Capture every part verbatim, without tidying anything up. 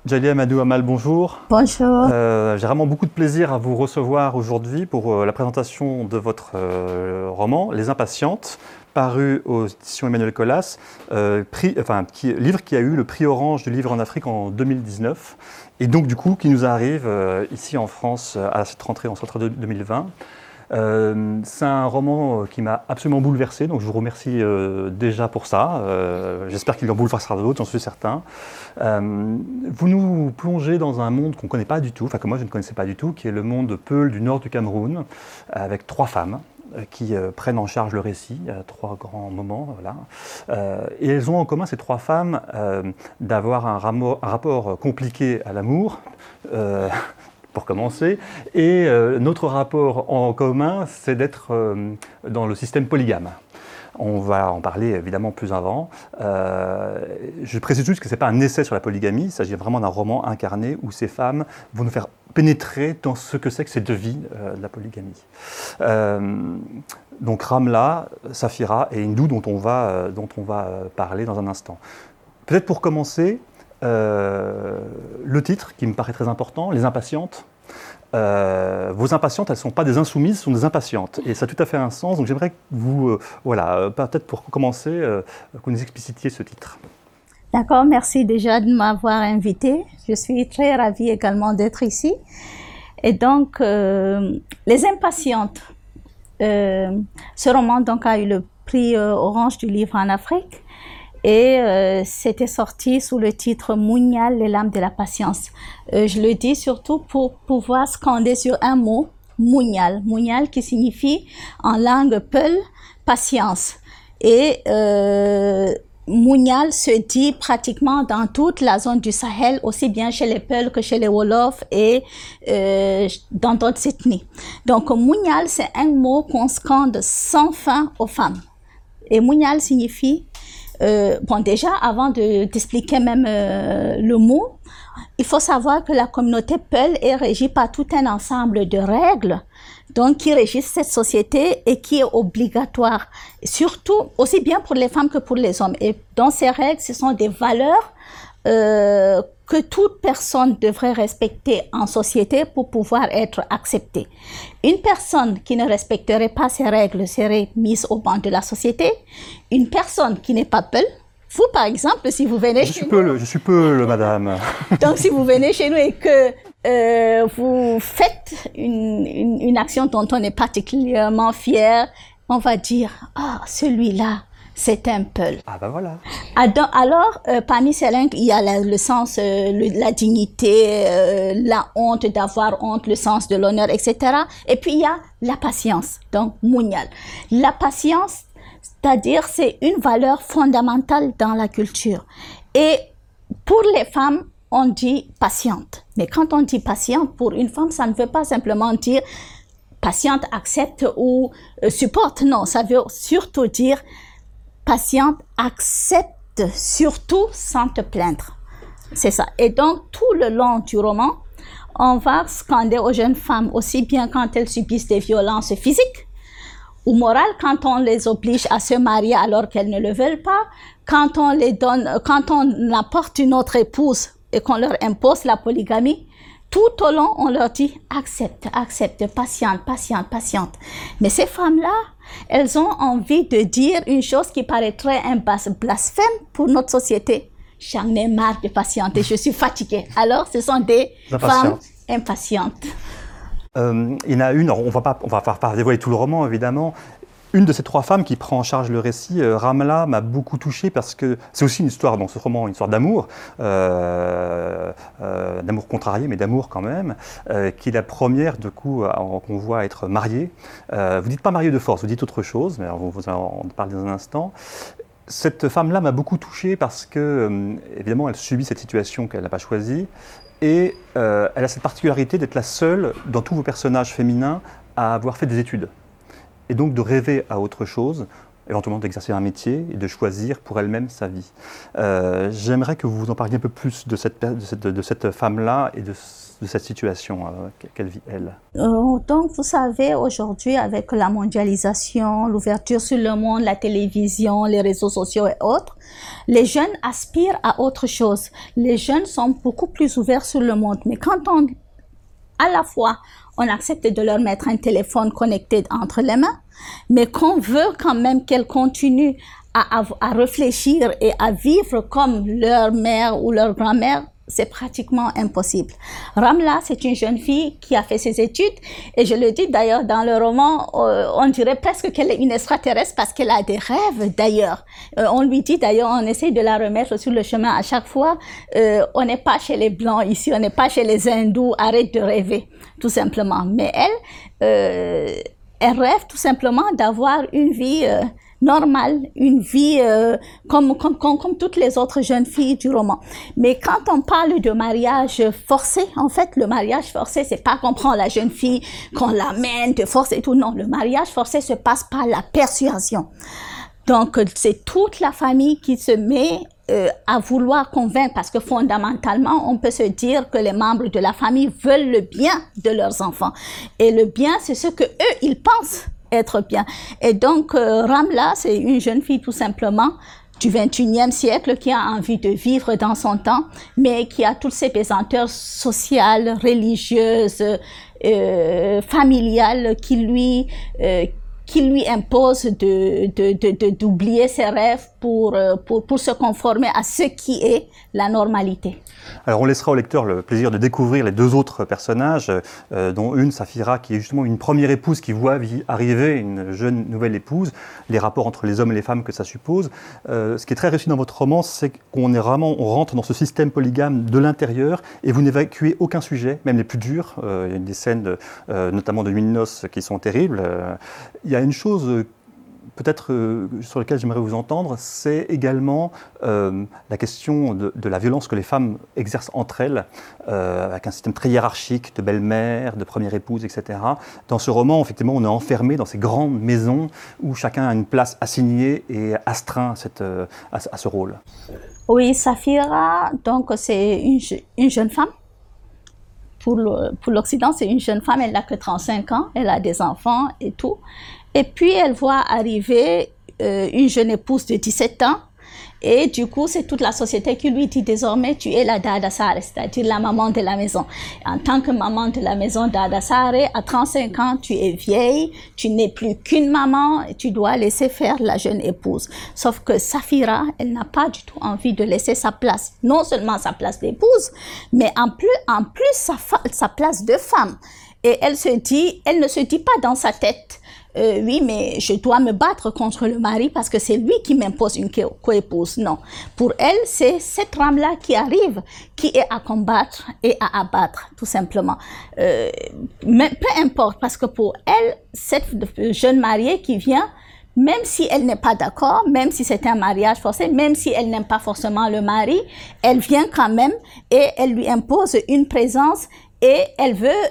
Djalia Amadou Amal, bonjour. Bonjour. Euh, j'ai vraiment beaucoup de plaisir à vous recevoir aujourd'hui pour euh, la présentation de votre euh, roman, Les Impatientes, paru aux éditions Emmanuel Colas, euh, prix, enfin, qui, livre qui a eu le prix Orange du livre en Afrique en deux mille dix-neuf, et donc du coup qui nous arrive euh, ici en France à cette rentrée, en cette rentrée deux mille vingt. Euh, c'est un roman qui m'a absolument bouleversé, donc je vous remercie euh, déjà pour ça. Euh, j'espère qu'il en bouleversera d'autres, j'en suis certain. Euh, vous nous plongez dans un monde qu'on ne connaît pas du tout, enfin que moi je ne connaissais pas du tout, qui est le monde de Peul du nord du Cameroun, avec trois femmes qui euh, prennent en charge le récit, à trois grands moments. Voilà. Euh, et elles ont en commun, ces trois femmes, euh, d'avoir un, ramo- un rapport compliqué à l'amour. Euh, pour commencer. Et euh, notre rapport en commun, c'est d'être euh, dans le système polygame. On va en parler évidemment plus avant. Euh, je précise juste que ce n'est pas un essai sur la polygamie, il s'agit vraiment d'un roman incarné où ces femmes vont nous faire pénétrer dans ce que c'est que ces deux vies euh, de la polygamie. Euh, donc Ramla, Safira et Hindou dont on va, euh, dont on va euh, parler dans un instant. Peut-être pour commencer, Euh, le titre qui me paraît très important, Les Impatientes. Euh, vos impatientes, elles ne sont pas des insoumises, ce sont des impatientes. Et ça a tout à fait un sens. Donc j'aimerais que vous, euh, voilà, euh, peut-être pour commencer, euh, que vous nous explicitiez ce titre. D'accord, merci déjà de m'avoir invité. Je suis très ravie également d'être ici. Et donc, euh, Les Impatientes. Euh, ce roman donc, a eu le prix euh, Orange du livre en Afrique. Et euh, c'était sorti sous le titre Mounial, les lames de la patience. Euh, je le dis surtout pour pouvoir scander sur un mot, Mounial. Mounial qui signifie en langue peul, patience. Et euh, Mounial se dit pratiquement dans toute la zone du Sahel, aussi bien chez les Peuls que chez les Wolofs et euh, dans d'autres ethnies. Donc Mounial, c'est un mot qu'on scande sans fin aux femmes. Et Mounial signifie Euh, bon, déjà, avant de, d'expliquer même euh, le mot, il faut savoir que la communauté Peul est régie par tout un ensemble de règles donc, qui régissent cette société et qui est obligatoire, surtout aussi bien pour les femmes que pour les hommes. Et dans ces règles, ce sont des valeurs euh, que toute personne devrait respecter en société pour pouvoir être acceptée. Une personne qui ne respecterait pas ces règles serait mise au banc de la société. Une personne qui n'est pas Peul, vous par exemple, si vous venez je chez suis nous... Peul, je suis Peul, madame. Donc si vous venez chez nous et que euh, vous faites une, une, une action dont on est particulièrement fier, on va dire « Ah, oh, celui-là, c'est un Peul. » Ah ben voilà. Alors, euh, parmi ces langues, il y a la, le sens, euh, le, la dignité, euh, la honte d'avoir honte, le sens de l'honneur, et cetera. Et puis, il y a la patience, donc Mounial. La patience, c'est-à-dire, c'est une valeur fondamentale dans la culture. Et pour les femmes, on dit patiente. Mais quand on dit patiente, pour une femme, ça ne veut pas simplement dire patiente, accepte ou euh, supporte. Non, ça veut surtout dire patiente, accepte surtout sans te plaindre. C'est ça. Et donc, tout le long du roman, on va scander aux jeunes femmes, aussi bien quand elles subissent des violences physiques ou morales, quand on les oblige à se marier alors qu'elles ne le veulent pas, quand on les donne, quand on apporte une autre épouse et qu'on leur impose la polygamie, tout au long, on leur dit accepte, accepte, patiente, patiente, patiente. Mais ces femmes-là, elles ont envie de dire une chose qui paraîtrait un blasphème pour notre société. J'en ai marre de patienter, je suis fatiguée. Alors, ce sont des femmes impatientes. Euh, il y en a une, on va pas, on va pas dévoiler tout le roman évidemment. Une de ces trois femmes qui prend en charge le récit, euh, Ramla, m'a beaucoup touché parce que c'est aussi une histoire, dans ce roman, une histoire d'amour, euh, euh, d'amour contrarié, mais d'amour quand même, euh, qui est la première, de coup, qu'on voit être mariée. Euh, vous dites pas mariée de force, vous dites autre chose, mais on vous en parle dans un instant. Cette femme-là m'a beaucoup touché parce que, euh, évidemment, elle subit cette situation qu'elle n'a pas choisie, et euh, elle a cette particularité d'être la seule, dans tous vos personnages féminins, à avoir fait des études. Et donc de rêver à autre chose. éventuellement d'exercer un métier et de choisir pour elle-même sa vie. Euh, j'aimerais que vous en parliez un peu plus de cette, de cette, de cette femme-là et de, de cette situation euh, qu'elle vit, elle. Euh, donc, vous savez, aujourd'hui, avec la mondialisation, l'ouverture sur le monde, la télévision, les réseaux sociaux et autres, les jeunes aspirent à autre chose. Les jeunes sont beaucoup plus ouverts sur le monde. Mais quand on, à la fois, on accepte de leur mettre un téléphone connecté entre les mains, mais qu'on veut quand même qu'elles continuent à, à, à réfléchir et à vivre comme leur mère ou leur grand-mère, c'est pratiquement impossible. Ramla, c'est une jeune fille qui a fait ses études et je le dis d'ailleurs dans le roman, euh, on dirait presque qu'elle est une extraterrestre parce qu'elle a des rêves d'ailleurs. Euh, on lui dit d'ailleurs, on essaye de la remettre sur le chemin à chaque fois, euh, on n'est pas chez les Blancs ici, on n'est pas chez les Hindous, arrête de rêver, tout simplement. Mais elle, euh, elle rêve tout simplement d'avoir une vie euh, normale, une vie euh, comme, comme, comme, comme toutes les autres jeunes filles du roman. Mais quand on parle de mariage forcé, en fait, le mariage forcé, c'est pas qu'on prend la jeune fille, qu'on l'amène de force et tout. Non, le mariage forcé se passe par la persuasion. Donc, c'est toute la famille qui se met euh, à vouloir convaincre parce que fondamentalement, on peut se dire que les membres de la famille veulent le bien de leurs enfants. Et le bien, c'est ce que eux, ils pensent être bien. Et donc, euh, Ramla, c'est une jeune fille tout simplement du vingt et unième siècle qui a envie de vivre dans son temps, mais qui a toutes ses pesanteurs sociales, religieuses, euh, familiales qui lui, euh, qui lui imposent de, de, de, de, d'oublier ses rêves pour, pour, pour se conformer à ce qui est la normalité. Alors on laissera au lecteur le plaisir de découvrir les deux autres personnages, euh, dont une, Safira, qui est justement une première épouse qui voit arriver une jeune nouvelle épouse, les rapports entre les hommes et les femmes que ça suppose. Euh, ce qui est très réussi dans votre roman, c'est qu'on est vraiment, on rentre dans ce système polygame de l'intérieur et vous n'évacuez aucun sujet, même les plus durs. Euh, il y a des scènes, de, euh, notamment de Nuit de noces, qui sont terribles. Euh, il y a une chose euh, peut-être euh, sur laquelle j'aimerais vous entendre, c'est également euh, la question de, de la violence que les femmes exercent entre elles, euh, avec un système très hiérarchique de belle-mère, de première épouse, et cetera. Dans ce roman, effectivement, on est enfermé dans ces grandes maisons où chacun a une place assignée et astreint à, cette, à, à ce rôle. Oui, Safira, donc c'est une, une jeune femme. Pour, le, pour l'Occident, c'est une jeune femme, elle n'a que trente-cinq ans, elle a des enfants et tout. Et puis, elle voit arriver euh, une jeune épouse de dix-sept ans. Et du coup, c'est toute la société qui lui dit désormais, tu es la Dada Sare, c'est-à-dire la maman de la maison. En tant que maman de la maison Dada Sare, à trente-cinq ans, tu es vieille, tu n'es plus qu'une maman, et tu dois laisser faire la jeune épouse. Sauf que Safira, elle n'a pas du tout envie de laisser sa place. Non seulement sa place d'épouse, mais en plus, en plus sa, sa place de femme. Et elle se dit, elle ne se dit pas dans sa tête, Euh, oui, mais je dois me battre contre le mari parce que c'est lui qui m'impose une co-épouse. Non. Pour elle, c'est cette femme-là qui arrive, qui est à combattre et à abattre, tout simplement. Euh, mais peu importe, parce que pour elle, cette jeune mariée qui vient, même si elle n'est pas d'accord, même si c'est un mariage forcé, même si elle n'aime pas forcément le mari, elle vient quand même et elle lui impose une présence et elle veut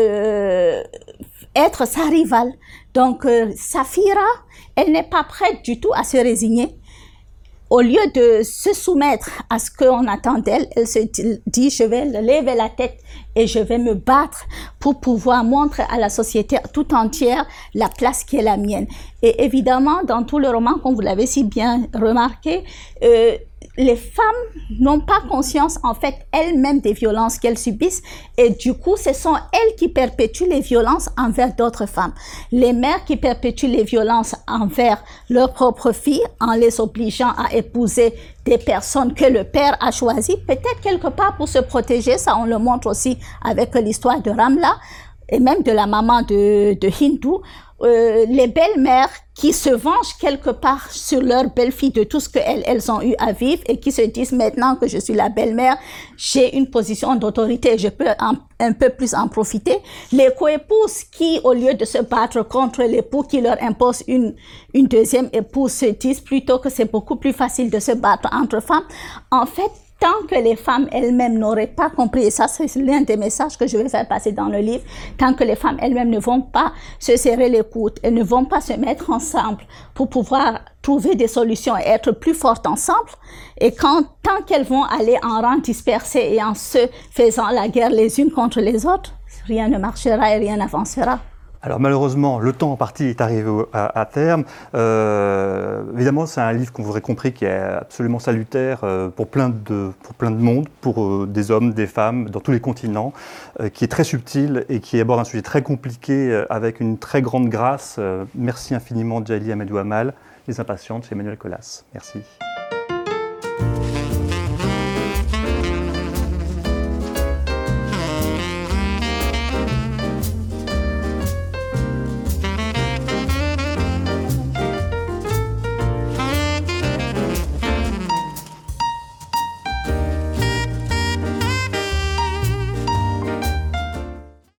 euh, être sa rivale. Donc, euh, Safira, elle n'est pas prête du tout à se résigner. Au lieu de se soumettre à ce qu'on attend d'elle, elle se dit, je vais lever la tête et je vais me battre pour pouvoir montrer à la société tout entière la place qui est la mienne. Et évidemment, dans tout le roman, comme vous l'avez si bien remarqué, euh, les femmes n'ont pas conscience, en fait, elles-mêmes des violences qu'elles subissent et du coup, ce sont elles qui perpétuent les violences envers d'autres femmes. Les mères qui perpétuent les violences envers leurs propres filles en les obligeant à épouser des personnes que le père a choisies, peut-être quelque part pour se protéger, ça on le montre aussi avec l'histoire de Ramla et même de la maman de, de Hindu. Euh, les belles-mères qui se vengent quelque part sur leurs belles-filles de tout ce qu'elles elles ont eu à vivre et qui se disent maintenant que je suis la belle-mère, j'ai une position d'autorité, je peux un, un peu plus en profiter. Les coépouses qui, au lieu de se battre contre l'époux qui leur impose une, une deuxième épouse, se disent plutôt que c'est beaucoup plus facile de se battre entre femmes. En fait, tant que les femmes elles-mêmes n'auraient pas compris, et ça c'est l'un des messages que je vais faire passer dans le livre, tant que les femmes elles-mêmes ne vont pas se serrer les coudes, elles ne vont pas se mettre ensemble pour pouvoir trouver des solutions et être plus fortes ensemble, et quand, tant qu'elles vont aller en rang dispersé et en se faisant la guerre les unes contre les autres, rien ne marchera et rien n'avancera. Alors malheureusement, le temps en partie est arrivé au, à, à terme. Euh, évidemment, c'est un livre, comme vous aurez compris, qui est absolument salutaire euh, pour, plein de, pour plein de monde, pour euh, des hommes, des femmes, dans tous les continents, euh, qui est très subtil et qui aborde un sujet très compliqué euh, avec une très grande grâce. Euh, merci infiniment, Djaïli Amadou Amal, Les Impatientes, chez Emmanuel Colas. Merci.